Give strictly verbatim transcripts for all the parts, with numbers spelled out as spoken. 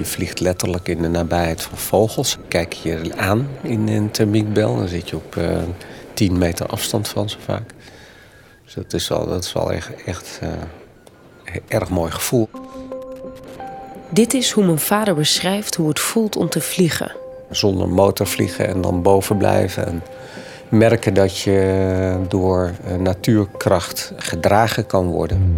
vliegt letterlijk in de nabijheid van vogels. Kijk je aan in een thermiekbel, dan zit je op uh, tien meter afstand van ze vaak. Dus dat is wel, dat is wel echt, echt uh, een erg mooi gevoel. Dit is hoe mijn vader beschrijft hoe het voelt om te vliegen. Zonder motor vliegen en dan boven blijven. En merken dat je door natuurkracht gedragen kan worden.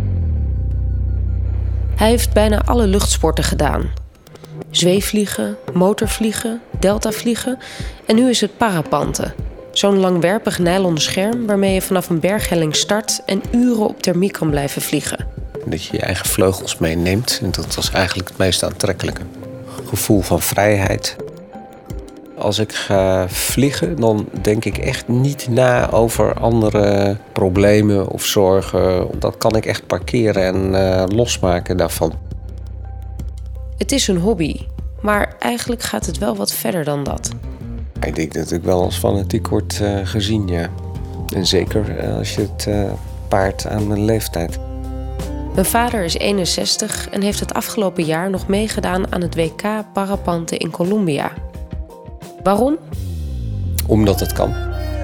Hij heeft bijna alle luchtsporten gedaan. Zweefvliegen, motorvliegen, deltavliegen en nu is het parapanten. Zo'n langwerpig nylon scherm waarmee je vanaf een berghelling start en uren op thermiek kan blijven vliegen. Dat je je eigen vleugels meeneemt. En dat was eigenlijk het meest aantrekkelijke. Gevoel van vrijheid. Als ik ga vliegen, dan denk ik echt niet na over andere problemen of zorgen. Dat kan ik echt parkeren en uh, losmaken daarvan. Het is een hobby, maar eigenlijk gaat het wel wat verder dan dat. Ik denk dat ik wel als fanatiek word uh, gezien, ja. En zeker uh, als je het uh, paart aan mijn leeftijd. Mijn vader is eenenzestig en heeft het afgelopen jaar nog meegedaan aan het W K parapanten in Colombia. Waarom? Omdat het kan.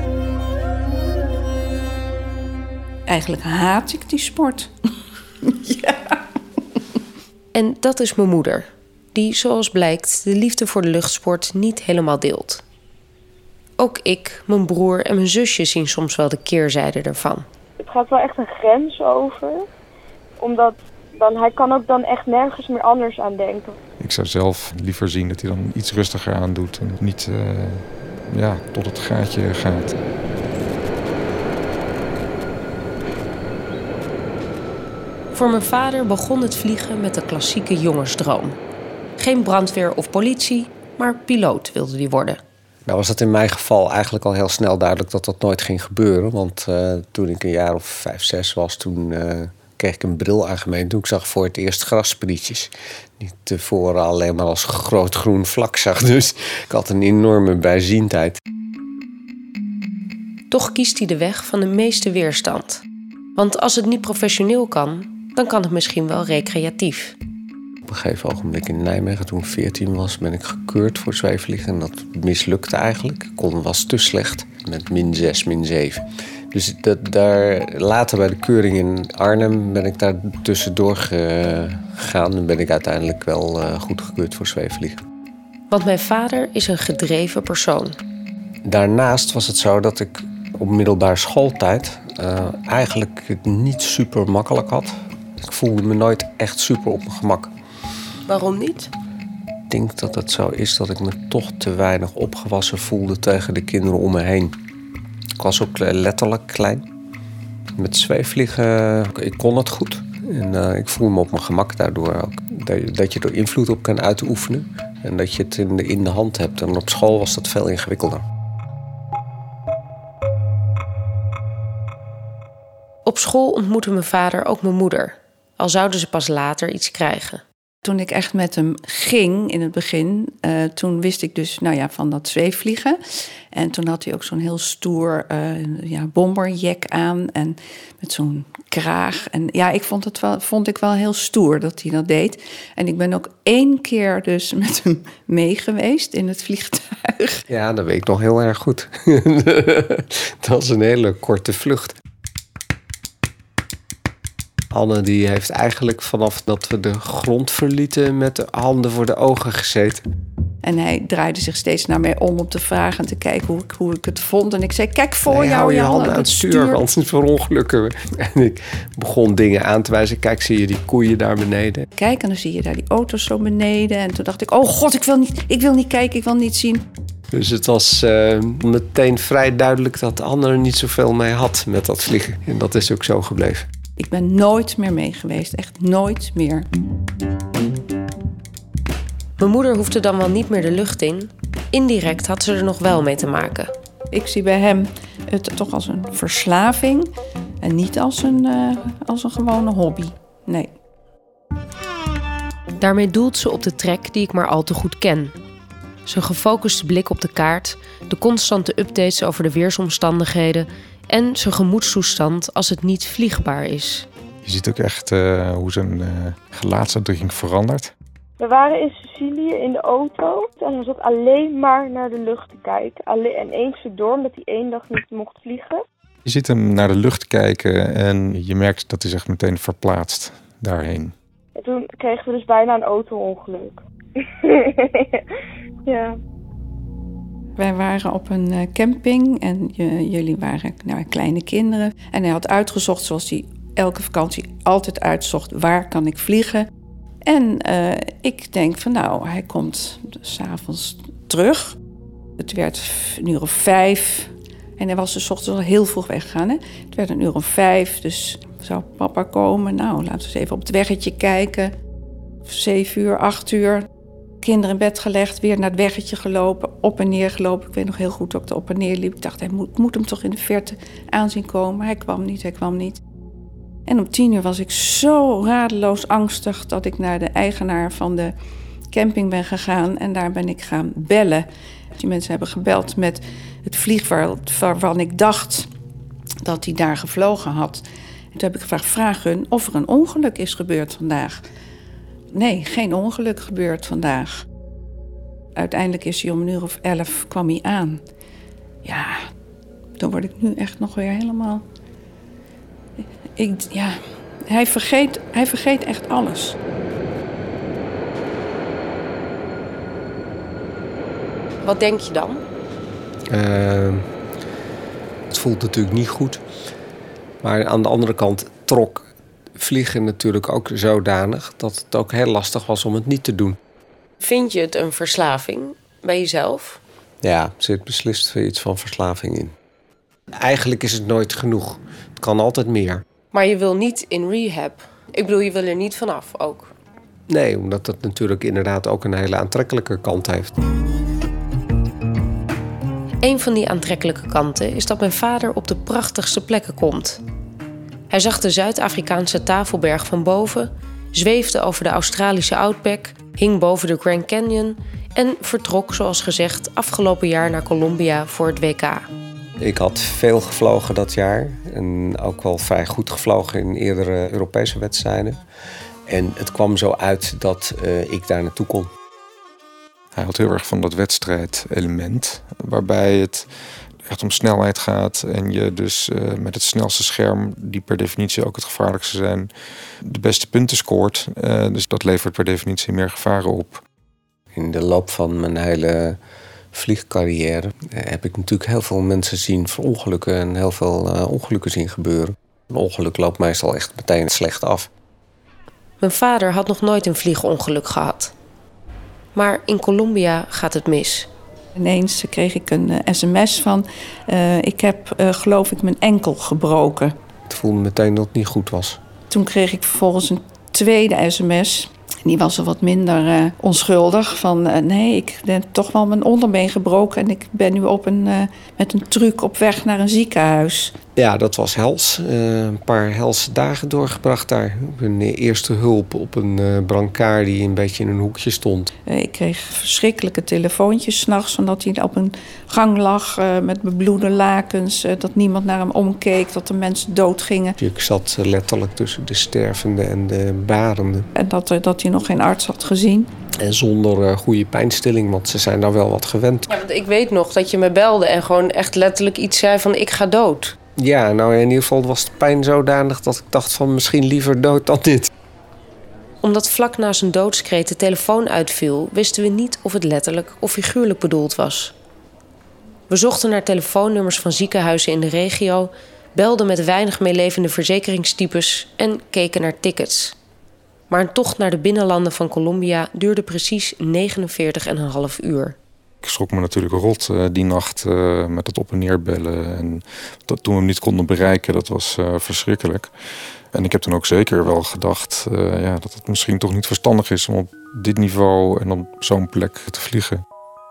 Eigenlijk haat ik die sport. Ja. En dat is mijn moeder, die zoals blijkt de liefde voor de luchtsport niet helemaal deelt. Ook ik, mijn broer en mijn zusje zien soms wel de keerzijde ervan. Het gaat wel echt een grens over, omdat dan, hij kan ook dan echt nergens meer anders aan denken. Ik zou zelf liever zien dat hij dan iets rustiger aan doet en niet uh, ja, tot het gaatje gaat. Voor mijn vader begon het vliegen met de klassieke jongensdroom. Geen brandweer of politie, maar piloot wilde hij worden. Nou was dat in mijn geval eigenlijk al heel snel duidelijk dat dat nooit ging gebeuren. Want uh, toen ik een jaar of vijf, zes was, toen uh, kreeg ik een bril aangemeten. Toen ik zag voor het eerst grassprietjes. Die tevoren alleen maar als groot groen vlak zag. Dus ik had een enorme bijziendheid. Toch kiest hij de weg van de meeste weerstand. Want als het niet professioneel kan, dan kan het misschien wel recreatief. Op een gegeven ogenblik in Nijmegen, toen ik veertien was, ben ik gekeurd voor zweefvliegen. En dat mislukte eigenlijk. Ik kon, was te slecht. Met min zes, min zeven. Dus dat, daar, later bij de keuring in Arnhem ben ik daar tussendoor gegaan. En ben ik uiteindelijk wel uh, goedgekeurd voor zweefvliegen. Want mijn vader is een gedreven persoon. Daarnaast was het zo dat ik op middelbare schooltijd uh, eigenlijk het niet super makkelijk had. Ik voelde me nooit echt super op mijn gemak. Waarom niet? Ik denk dat het zo is dat ik me toch te weinig opgewassen voelde tegen de kinderen om me heen. Ik was ook letterlijk klein. Met zweefvliegen, ik kon het goed. En uh, ik voelde me op mijn gemak daardoor ook. Dat je, dat je er invloed op kan uitoefenen. En dat je het in de, in de hand hebt. En op school was dat veel ingewikkelder. Op school ontmoette mijn vader ook mijn moeder. Al zouden ze pas later iets krijgen. Toen ik echt met hem ging in het begin, uh, toen wist ik dus nou ja, van dat zweefvliegen. En toen had hij ook zo'n heel stoer uh, ja, bomberjack aan en met zo'n kraag. En ja, ik vond het wel, vond ik wel heel stoer dat hij dat deed. En ik ben ook één keer dus met hem mee geweest in het vliegtuig. Ja, dat weet ik nog heel erg goed. Dat was een hele korte vlucht. Anne die heeft eigenlijk vanaf dat we de grond verlieten met de handen voor de ogen gezeten. En hij draaide zich steeds naar mij om om te vragen en te kijken hoe ik, hoe ik het vond. En ik zei, kijk voor nee, jou, hou je handen handen aan het stuur, anders verongelukken we. En ik begon dingen aan te wijzen. Kijk, zie je die koeien daar beneden? Kijk, en dan zie je daar die auto's zo beneden. En toen dacht ik, oh god, ik wil niet, ik wil niet kijken, ik wil niet zien. Dus het was uh, meteen vrij duidelijk dat Anne er niet zoveel mee had met dat vliegen. En dat is ook zo gebleven. Ik ben nooit meer mee geweest, echt nooit meer. Mijn moeder hoefde dan wel niet meer de lucht in. Indirect had ze er nog wel mee te maken. Ik zie bij hem het toch als een verslaving en niet als een, uh, als een gewone hobby. Nee. Daarmee doelt ze op de trek die ik maar al te goed ken. Zijn gefocuste blik op de kaart, de constante updates over de weersomstandigheden en zijn gemoedstoestand als het niet vliegbaar is. Je ziet ook echt uh, hoe zijn uh, gelaatsuitdrukking verandert. We waren in Sicilië in de auto en hij zat alleen maar naar de lucht te kijken. Alleen, en eens door, omdat hij één dag niet mocht vliegen. Je ziet hem naar de lucht kijken en je merkt dat hij zich meteen verplaatst daarheen. En toen kregen we dus bijna een auto-ongeluk. Ja. Wij waren op een camping en j- jullie waren nou, kleine kinderen. En hij had uitgezocht, zoals hij elke vakantie altijd uitzocht, waar kan ik vliegen. En uh, ik denk van nou, hij komt 's avonds terug. Het werd een uur of vijf. En hij was dus 's ochtends al heel vroeg weggegaan. Hè? Het werd een uur of vijf, dus zou papa komen. Nou, laten we eens even op het weggetje kijken. Zeven uur, acht uur. Kinderen in bed gelegd, weer naar het weggetje gelopen. Op en neer gelopen. Ik weet nog heel goed dat ik er op en neer liep. Ik dacht, hij moet, moet hem toch in de verte aanzien komen. Hij kwam niet, hij kwam niet. En om tien uur was ik zo radeloos angstig dat ik naar de eigenaar van de camping ben gegaan. En daar ben ik gaan bellen. Die mensen hebben gebeld met het vliegveld waarvan ik dacht dat hij daar gevlogen had. En toen heb ik gevraagd, vraag hun of er een ongeluk is gebeurd vandaag. Nee, geen ongeluk gebeurd vandaag. Uiteindelijk is hij om een uur of elf kwam hij aan. Ja, dan word ik nu echt nog weer helemaal... Ik, ja, hij vergeet, hij vergeet echt alles. Wat denk je dan? Uh, het voelt natuurlijk niet goed. Maar aan de andere kant trok vliegen natuurlijk ook zodanig dat het ook heel lastig was om het niet te doen. Vind je het een verslaving bij jezelf? Ja, er zit beslist iets van verslaving in. Eigenlijk is het nooit genoeg. Het kan altijd meer. Maar je wil niet in rehab. Ik bedoel, je wil er niet vanaf ook. Nee, omdat het natuurlijk inderdaad ook een hele aantrekkelijke kant heeft. Een van die aantrekkelijke kanten is dat mijn vader op de prachtigste plekken komt. Hij zag de Zuid-Afrikaanse Tafelberg van boven, zweefde over de Australische Outback, hing boven de Grand Canyon en vertrok, zoals gezegd, afgelopen jaar naar Colombia voor het W K. Ik had veel gevlogen dat jaar en ook wel vrij goed gevlogen in eerdere Europese wedstrijden. En het kwam zo uit dat uh, ik daar naartoe kon. Hij had heel erg van dat wedstrijdelement, waarbij het echt om snelheid gaat en je dus uh, met het snelste scherm, die per definitie ook het gevaarlijkste zijn, de beste punten scoort. Uh, dus dat levert per definitie meer gevaren op. In de loop van mijn hele vliegcarrière heb ik natuurlijk heel veel mensen zien verongelukken en heel veel uh, ongelukken zien gebeuren. Een ongeluk loopt meestal echt meteen slecht af. Mijn vader had nog nooit een vliegongeluk gehad. Maar in Colombia gaat het mis. Ineens kreeg ik een uh, sms van... Uh, ik heb, uh, geloof ik, mijn enkel gebroken. Het voelde meteen dat het niet goed was. Toen kreeg ik vervolgens een tweede sms. Die was er wat minder uh, onschuldig. Van uh, nee, ik ben toch wel mijn onderbeen gebroken... en ik ben nu op een, uh, met een truck op weg naar een ziekenhuis. Ja, dat was hels. Uh, een paar helse dagen doorgebracht daar. Een eerste hulp op een uh, brancard die een beetje in een hoekje stond. Uh, ik kreeg verschrikkelijke telefoontjes 's nachts... omdat hij op een gang lag uh, met bebloede lakens... Uh, dat niemand naar hem omkeek, dat de mensen doodgingen. Ik zat uh, letterlijk tussen de stervende en de barenden. En dat, uh, dat hij nog geen arts had gezien. En zonder uh, goede pijnstilling, want ze zijn daar wel wat gewend. Ja, want ik weet nog dat je me belde en gewoon echt letterlijk iets zei van ik ga dood. Ja, nou in ieder geval was de pijn zodanig dat ik dacht van misschien liever dood dan dit. Omdat vlak na zijn doodskreet de telefoon uitviel, wisten we niet of het letterlijk of figuurlijk bedoeld was. We zochten naar telefoonnummers van ziekenhuizen in de regio, belden met weinig meelevende verzekeringstypes en keken naar tickets. Maar een tocht naar de binnenlanden van Colombia duurde precies negenenveertig komma vijf uur. Ik schrok me natuurlijk rot uh, die nacht uh, met het op en neer bellen. En dat, toen we hem niet konden bereiken, dat was uh, verschrikkelijk. En ik heb toen ook zeker wel gedacht uh, ja, dat het misschien toch niet verstandig is... om op dit niveau en op zo'n plek te vliegen.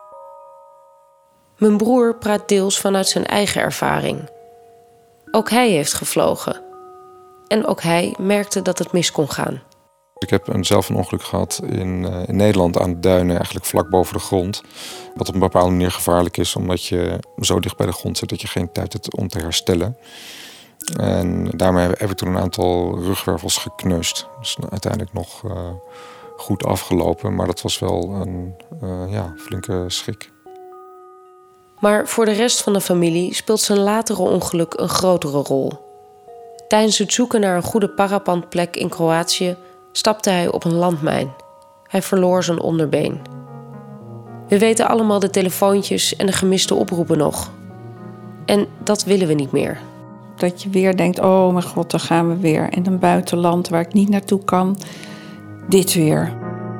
Mijn broer praat deels vanuit zijn eigen ervaring. Ook hij heeft gevlogen. En ook hij merkte dat het mis kon gaan. Ik heb een, zelf een ongeluk gehad in, uh, in Nederland aan de duinen, eigenlijk vlak boven de grond. Wat op een bepaalde manier gevaarlijk is, omdat je zo dicht bij de grond zit dat je geen tijd hebt om te herstellen. En daarmee hebben we toen een aantal rugwervels gekneusd. Dus uiteindelijk nog uh, goed afgelopen. Maar dat was wel een uh, ja, flinke schrik. Maar voor de rest van de familie speelt zijn latere ongeluk een grotere rol. Tijdens het zoeken naar een goede parapentplek in Kroatië stapte hij op een landmijn. Hij verloor zijn onderbeen. We weten allemaal de telefoontjes en de gemiste oproepen nog. En dat willen we niet meer. Dat je weer denkt, oh mijn god, daar gaan we weer. In een buitenland waar ik niet naartoe kan. Dit weer.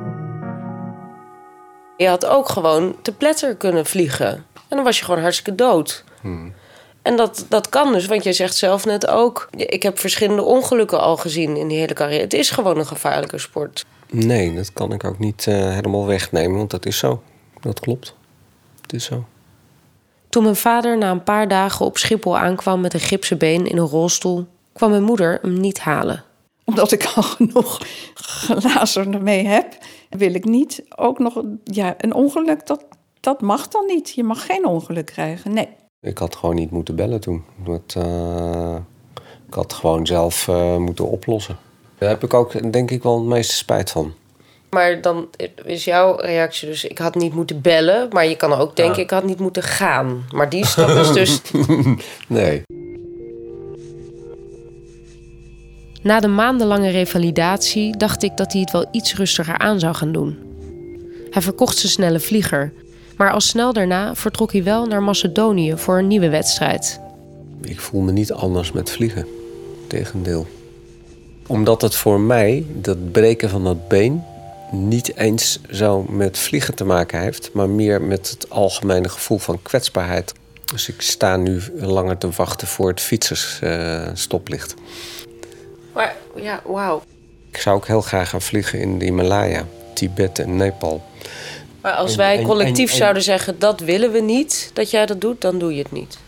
Je had ook gewoon te pletter kunnen vliegen. En dan was je gewoon hartstikke dood. Hmm. En dat, dat kan dus, want jij zegt zelf net ook... ik heb verschillende ongelukken al gezien in die hele carrière. Het is gewoon een gevaarlijke sport. Nee, dat kan ik ook niet uh, helemaal wegnemen, want dat is zo. Dat klopt. Het is zo. Toen mijn vader na een paar dagen op Schiphol aankwam met een gipsen been in een rolstoel... kwam mijn moeder hem niet halen. Omdat ik al genoeg glazen ermee heb, wil ik niet ook nog... Ja, een ongeluk, dat, dat mag dan niet. Je mag geen ongeluk krijgen, nee. Ik had gewoon niet moeten bellen toen. Dat, uh, ik had gewoon zelf uh, moeten oplossen. Daar heb ik ook, denk ik, wel het meeste spijt van. Maar dan is jouw reactie dus... ik had niet moeten bellen, maar je kan ook denken... ja. Ik had niet moeten gaan. Maar die stap is dus... Nee. Na de maandenlange revalidatie dacht ik dat hij het wel iets rustiger aan zou gaan doen. Hij verkocht zijn snelle vlieger... maar al snel daarna vertrok hij wel naar Macedonië voor een nieuwe wedstrijd. Ik voel me niet anders met vliegen. Tegendeel. Omdat het voor mij, dat breken van dat been... niet eens zo met vliegen te maken heeft... maar meer met het algemene gevoel van kwetsbaarheid. Dus ik sta nu langer te wachten voor het fietsersstoplicht. Uh, maar ja, wauw. Ik zou ook heel graag gaan vliegen in de Himalaya, Tibet en Nepal. Maar als wij en, collectief en, en, zouden zeggen... dat willen we niet, dat jij dat doet, dan doe je het niet.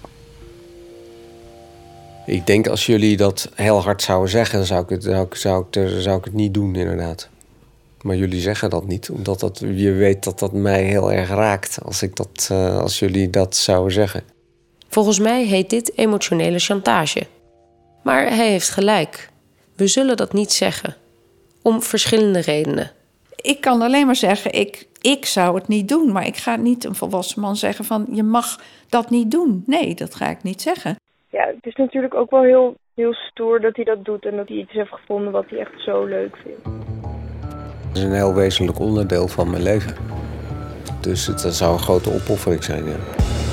Ik denk als jullie dat heel hard zouden zeggen... dan zou ik het, zou ik, zou ik, zou ik het niet doen, inderdaad. Maar jullie zeggen dat niet, omdat dat, je weet dat dat mij heel erg raakt... als, ik dat, uh, als jullie dat zouden zeggen. Volgens mij heet dit emotionele chantage. Maar hij heeft gelijk. We zullen dat niet zeggen. Om verschillende redenen. Ik kan alleen maar zeggen, ik, ik zou het niet doen. Maar ik ga niet een volwassen man zeggen van... je mag dat niet doen. Nee, dat ga ik niet zeggen. Ja, het is natuurlijk ook wel heel, heel stoer dat hij dat doet... en dat hij iets heeft gevonden wat hij echt zo leuk vindt. Het is een heel wezenlijk onderdeel van mijn leven. Dus het zou een grote opoffering zijn, ja.